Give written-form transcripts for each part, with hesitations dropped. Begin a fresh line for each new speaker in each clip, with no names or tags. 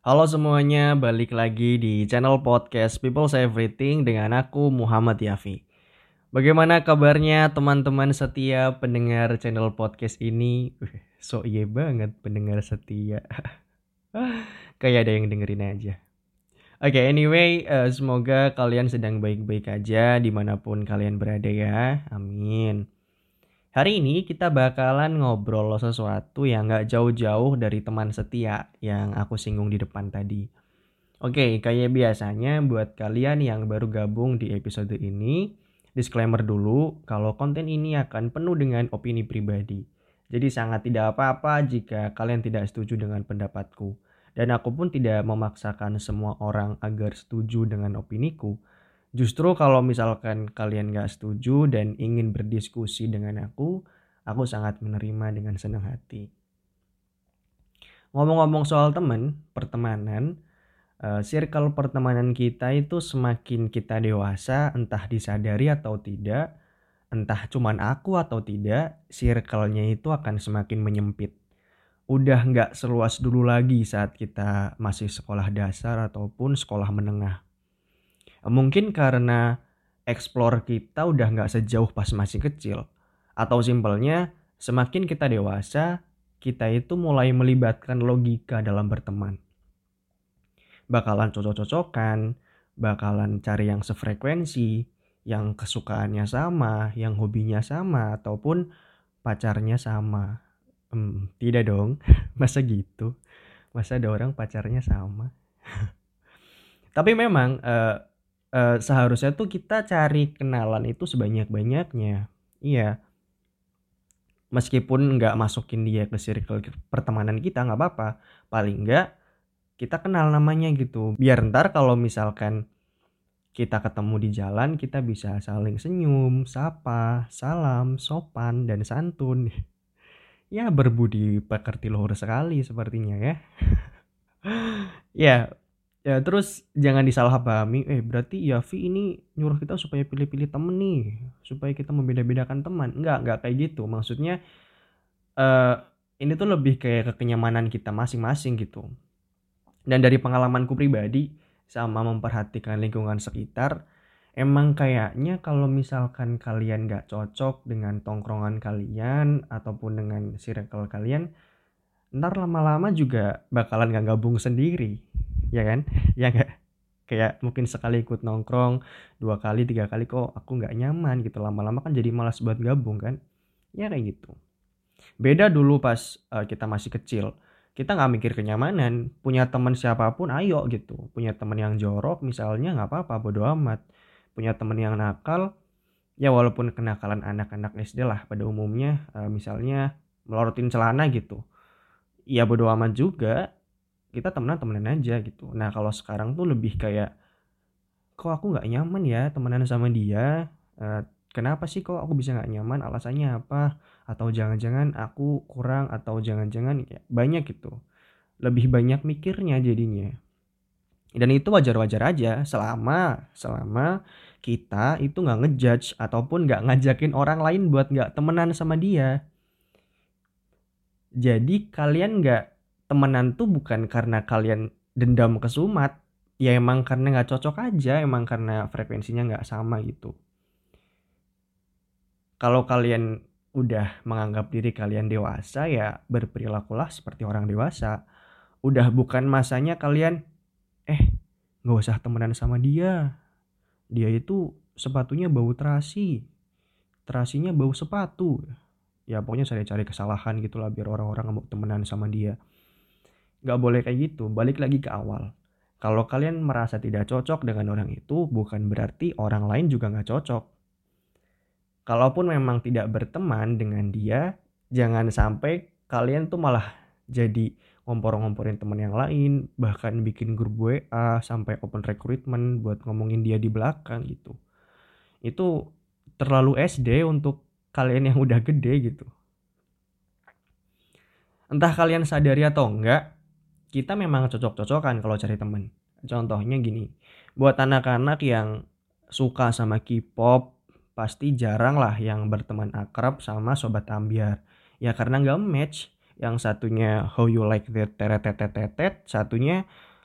Halo semuanya, balik lagi di channel podcast People's Everything dengan aku Muhammad Yafi. Bagaimana kabarnya teman-teman setia pendengar channel podcast ini? So iya banget pendengar setia. Kayak ada yang dengerin aja. Oke, anyway, semoga kalian sedang baik-baik aja dimanapun kalian berada ya. Amin. Hari ini kita bakalan ngobrol sesuatu yang gak jauh-jauh dari teman setia yang aku singgung di depan tadi. Oke, kayak biasanya buat kalian yang baru gabung di episode ini, disclaimer dulu kalau konten ini akan penuh dengan opini pribadi. Jadi sangat tidak apa-apa jika kalian tidak setuju dengan pendapatku. Dan aku pun tidak memaksakan semua orang agar setuju dengan opiniku. Justru kalau misalkan kalian gak setuju dan ingin berdiskusi dengan aku sangat menerima dengan senang hati. Ngomong-ngomong soal pertemanan, circle pertemanan kita itu semakin kita dewasa, entah disadari atau tidak, entah cuman aku atau tidak, circle-nya itu akan semakin menyempit. Udah nggak seluas dulu lagi saat kita masih sekolah dasar ataupun sekolah menengah. Mungkin karena explore kita udah nggak sejauh pas masih kecil. Atau simpelnya, semakin kita dewasa, kita itu mulai melibatkan logika dalam berteman. Bakalan cocok-cocokan, bakalan cari yang sefrekuensi, yang kesukaannya sama, yang hobinya sama, ataupun pacarnya sama. Tidak dong, masa gitu? Masa ada orang pacarnya sama? Tapi memang seharusnya tuh kita cari kenalan itu sebanyak-banyaknya. Iya, meskipun nggak masukin dia ke circle pertemanan kita nggak apa-apa. Paling nggak kita kenal namanya gitu. Biar ntar kalau misalkan kita ketemu di jalan, kita bisa saling senyum, sapa, salam, sopan, dan santun. Ya berbudi pekerti luhur sekali sepertinya ya. Ya, ya terus jangan disalahpahami. Berarti Yafi ini nyuruh kita supaya pilih-pilih temen nih, supaya kita membeda-bedakan teman. Enggak kayak gitu. Maksudnya eh ini tuh lebih kayak kenyamanan kita masing-masing gitu. Dan dari pengalamanku pribadi sama memperhatikan lingkungan sekitar, emang kayaknya kalau misalkan kalian gak cocok dengan tongkrongan kalian ataupun dengan circle kalian, ntar lama-lama juga bakalan gak gabung sendiri, ya kan? Ya gak? Kayak mungkin sekali ikut nongkrong, 2 kali, 3 kali kok aku gak nyaman gitu. Lama-lama kan jadi malas buat gabung kan? Ya kayak gitu. Beda dulu pas kita masih kecil. Kita nggak mikir kenyamanan. Punya teman siapapun ayo gitu. Punya teman yang jorok misalnya nggak apa-apa, bodo amat. Punya teman yang nakal, ya walaupun kenakalan anak-anak SD lah pada umumnya, misalnya melorotin celana gitu. Ya bodo amat juga. Kita temenan aja gitu. Nah kalau sekarang tuh lebih kayak, kok aku nggak nyaman ya temenan sama dia. Kenapa sih kok aku bisa nggak nyaman, alasannya apa, atau jangan-jangan aku kurang, atau jangan-jangan ya, banyak gitu, lebih banyak mikirnya jadinya. Dan itu wajar-wajar aja selama selama kita itu nggak ngejudge ataupun nggak ngajakin orang lain buat nggak temenan sama dia. Jadi kalian nggak temenan tuh bukan karena kalian dendam kesumat, ya emang karena nggak cocok aja, emang karena frekuensinya nggak sama gitu. Kalau kalian udah menganggap diri kalian dewasa, ya berperilakulah seperti orang dewasa. Udah bukan masanya kalian nggak usah temenan sama dia. Dia itu sepatunya bau terasi, terasinya bau sepatu. Ya pokoknya cari-cari kesalahan gitulah biar orang-orang nggak mau temenan sama dia. Nggak boleh kayak gitu. Balik lagi ke awal. Kalau kalian merasa tidak cocok dengan orang itu, bukan berarti orang lain juga nggak cocok. Kalaupun memang tidak berteman dengan dia, jangan sampai kalian tuh malah jadi ngompor-ngomporin teman yang lain, bahkan bikin grup WA sampai open recruitment buat ngomongin dia di belakang gitu. Itu terlalu SD untuk kalian yang udah gede gitu. Entah kalian sadari atau enggak, kita memang cocok-cocokan kalau cari teman. Contohnya gini, buat anak-anak yang suka sama K-pop, pasti jarang lah yang berteman akrab sama sobat ambyar. Ya karena nggak match. Yang satunya how you like that teretetetetet, satunya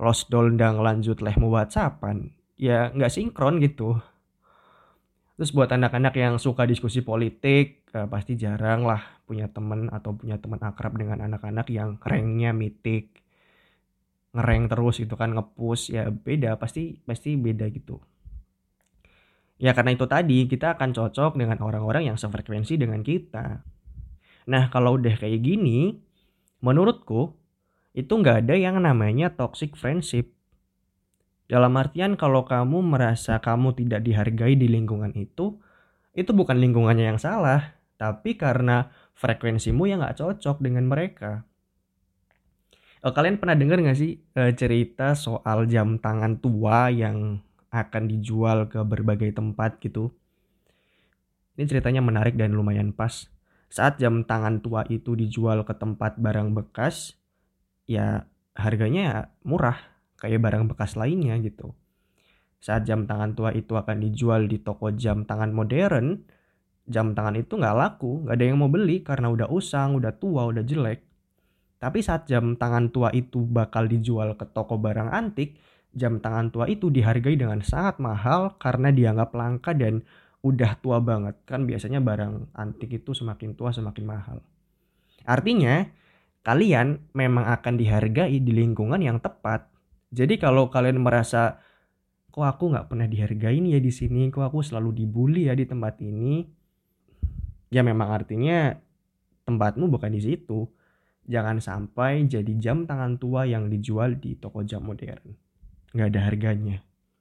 Los doldang lanjut lehmu WhatsAppan, ya nggak sinkron gitu. Terus buat anak-anak yang suka diskusi politik, pasti jarang lah punya teman atau punya teman akrab dengan anak-anak yang ranknya mitik, ngerank terus gitu kan, ngepush, ya beda, pasti beda gitu. Ya karena itu tadi, kita akan cocok dengan orang-orang yang sefrekuensi dengan kita. Nah kalau udah kayak gini, menurutku itu nggak ada yang namanya toxic friendship. Dalam artian kalau kamu merasa kamu tidak dihargai di lingkungan itu bukan lingkungannya yang salah, tapi karena frekuensimu yang nggak cocok dengan mereka. Kalian pernah dengar nggak sih cerita soal jam tangan tua yang akan dijual ke berbagai tempat gitu? Ini ceritanya menarik dan lumayan pas. Saat jam tangan tua itu dijual ke tempat barang bekas, ya harganya murah kayak barang bekas lainnya gitu. Saat jam tangan tua itu akan dijual di toko jam tangan modern, jam tangan itu nggak laku, nggak ada yang mau beli karena udah usang, udah tua, udah jelek. Tapi saat jam tangan tua itu bakal dijual ke toko barang antik, jam tangan tua itu dihargai dengan sangat mahal karena dianggap langka dan udah tua banget. Kan biasanya barang antik itu semakin tua semakin mahal. Artinya, kalian memang akan dihargai di lingkungan yang tepat. Jadi kalau kalian merasa, kok aku nggak pernah dihargain ya di sini, kok aku selalu dibully ya di tempat ini, ya memang artinya tempatmu bukan di situ. Jangan sampai jadi jam tangan tua yang dijual di toko jam modern. Nggak ada harganya.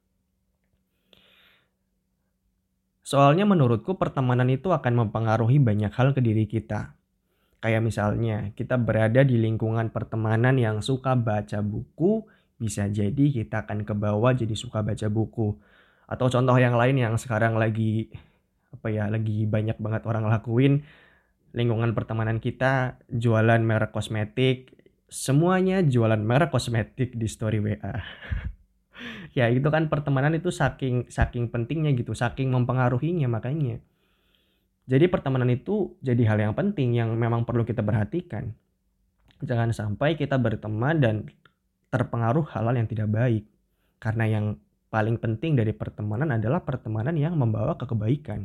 Soalnya menurutku pertemanan itu akan mempengaruhi banyak hal ke diri kita. Kayak misalnya kita berada di lingkungan pertemanan yang suka baca buku, bisa jadi kita akan ke bawah jadi suka baca buku. Atau contoh yang lain yang sekarang lagi lagi banyak banget orang lakuin, lingkungan pertemanan kita jualan merek kosmetik, semuanya jualan merek kosmetik di story WA. Ya itu kan pertemanan itu saking pentingnya gitu, saking mempengaruhinya makanya. Jadi pertemanan itu jadi hal yang penting yang memang perlu kita perhatikan. Jangan sampai kita berteman dan terpengaruh hal-hal yang tidak baik. Karena yang paling penting dari pertemanan adalah pertemanan yang membawa ke kebaikan.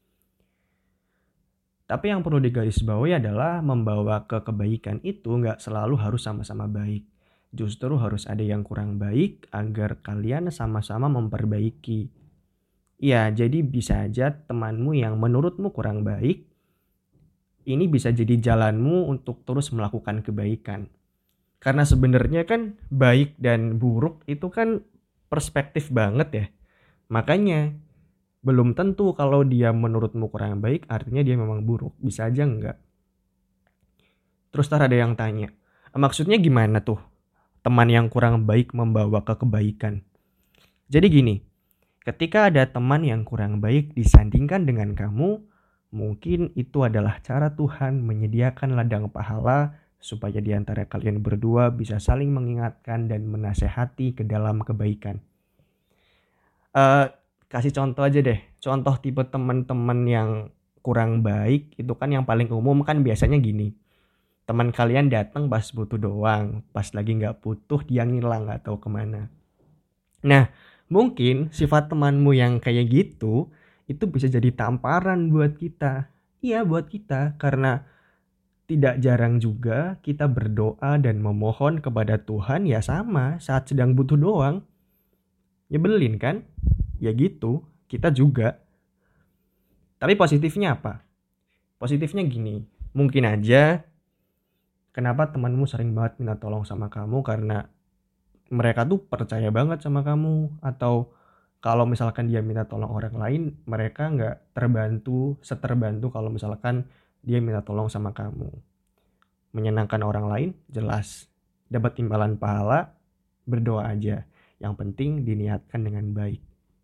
Tapi yang perlu digarisbawahi adalah membawa ke kebaikan itu nggak selalu harus sama-sama baik. Justru harus ada yang kurang baik agar kalian sama-sama memperbaiki. Ya, jadi bisa aja temanmu yang menurutmu kurang baik, ini bisa jadi jalanmu untuk terus melakukan kebaikan. Karena sebenarnya kan baik dan buruk itu kan perspektif banget ya. Makanya belum tentu kalau dia menurutmu kurang baik artinya dia memang buruk. Bisa aja enggak. Terus ada yang tanya, maksudnya gimana tuh teman yang kurang baik membawa ke kebaikan? Jadi gini, ketika ada teman yang kurang baik disandingkan dengan kamu, mungkin itu adalah cara Tuhan menyediakan ladang pahala supaya di antara kalian berdua bisa saling mengingatkan dan menasehati ke dalam kebaikan. Kasih contoh aja deh. Contoh tipe teman-teman yang kurang baik itu kan yang paling umum kan biasanya gini. Teman kalian datang pas butuh doang, pas lagi nggak butuh dia ngilang nggak tahu kemana. Nah, mungkin sifat temanmu yang kayak gitu itu bisa jadi tamparan buat kita. Iya, buat kita karena tidak jarang juga kita berdoa dan memohon kepada Tuhan ya sama saat sedang butuh doang. Nyebelin kan? Ya gitu, kita juga. Tapi positifnya apa? Positifnya gini, mungkin aja kenapa temanmu sering banget minta tolong sama kamu karena mereka tuh percaya banget sama kamu. Atau kalau misalkan dia minta tolong orang lain, mereka nggak seterbantu kalau misalkan dia minta tolong sama kamu. Menyenangkan orang lain, jelas. Dapat imbalan pahala, berdoa aja. Yang penting diniatkan dengan baik.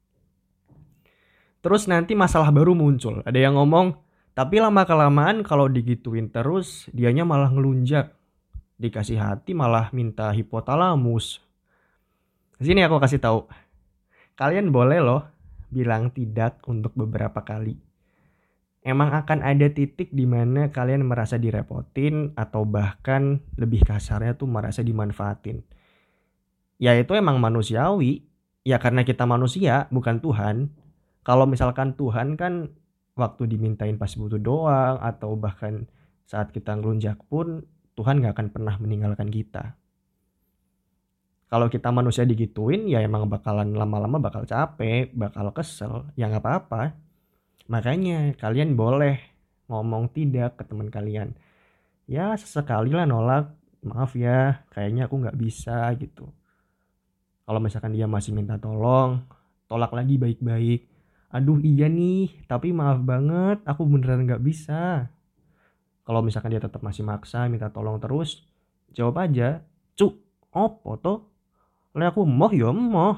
Terus nanti masalah baru muncul. Ada yang ngomong, tapi lama-kelamaan kalau digituin terus, dianya malah ngelunjak. Dikasih hati malah minta hipotalamus. Sini aku kasih tahu. Kalian boleh loh bilang tidak untuk beberapa kali. Emang akan ada titik di mana kalian merasa direpotin atau bahkan lebih kasarnya tuh merasa dimanfaatin. Ya itu emang manusiawi. Ya karena kita manusia, bukan Tuhan. Kalau misalkan Tuhan kan waktu dimintain pas butuh doang atau bahkan saat kita ngelunjak pun Tuhan gak akan pernah meninggalkan kita. Kalau kita manusia digituin ya emang bakalan lama-lama bakal capek, bakal kesel, ya nggak apa-apa. Makanya kalian boleh ngomong tidak ke teman kalian. Ya sesekali lah nolak, maaf ya kayaknya aku nggak bisa gitu. Kalau misalkan dia masih minta tolong, tolak lagi baik-baik. Aduh iya nih, tapi maaf banget aku beneran nggak bisa. Kalau misalkan dia tetap masih maksa minta tolong terus, jawab aja, cuk, opo toh? Lah aku emoh ya emoh.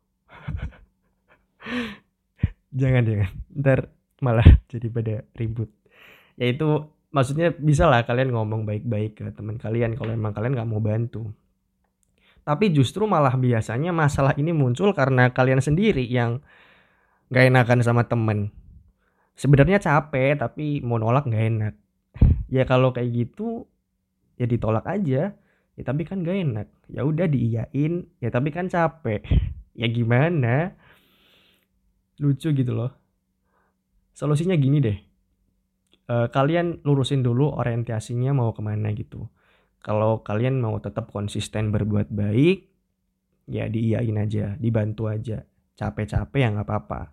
Jangan ntar malah jadi pada ribut. Ya itu maksudnya bisa lah kalian ngomong baik-baik ke teman kalian kalau emang kalian nggak mau bantu. Tapi justru malah biasanya masalah ini muncul karena kalian sendiri yang nggak enakan sama temen. Sebenarnya capek tapi mau nolak nggak enak. Ya kalau kayak gitu ya ditolak aja. Ya tapi kan nggak enak. Ya udah diiyain. Ya tapi kan capek. Ya gimana? Lucu gitu loh. Solusinya gini deh. Kalian lurusin dulu orientasinya mau kemana gitu. Kalau kalian mau tetap konsisten berbuat baik, ya diiyain aja, dibantu aja. Capek-capek ya nggak apa-apa.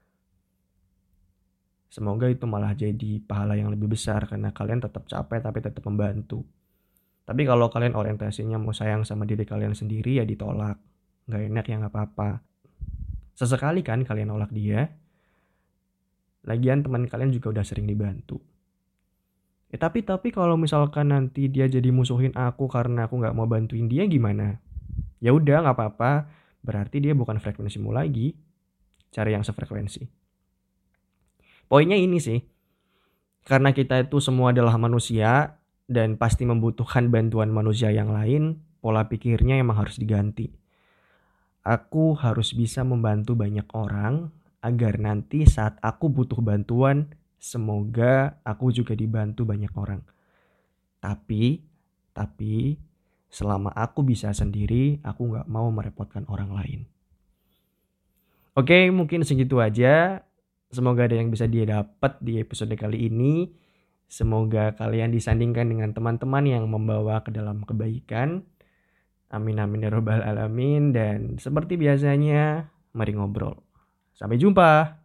Semoga itu malah jadi pahala yang lebih besar karena kalian tetap capek tapi tetap membantu. Tapi kalau kalian orientasinya mau sayang sama diri kalian sendiri ya ditolak. Nggak enak ya nggak apa-apa. Sesekali kan kalian nolak dia, lagian teman kalian juga udah sering dibantu. Tapi kalau misalkan nanti dia jadi musuhin aku karena aku nggak mau bantuin dia gimana? Ya udah nggak apa-apa, berarti dia bukan frekuensimu lagi. Cari yang sefrekuensi. Poinnya ini sih, karena kita itu semua adalah manusia dan pasti membutuhkan bantuan manusia yang lain, pola pikirnya emang harus diganti. Aku harus bisa membantu banyak orang agar nanti saat aku butuh bantuan, semoga aku juga dibantu banyak orang. Tapi selama aku bisa sendiri, aku nggak mau merepotkan orang lain. Oke, mungkin segitu aja. Semoga ada yang bisa dia dapat di episode kali ini. Semoga kalian disandingkan dengan teman-teman yang membawa ke dalam kebaikan. Amin amin ya robbal alamin. Dan seperti biasanya, mari ngobrol. Sampai jumpa.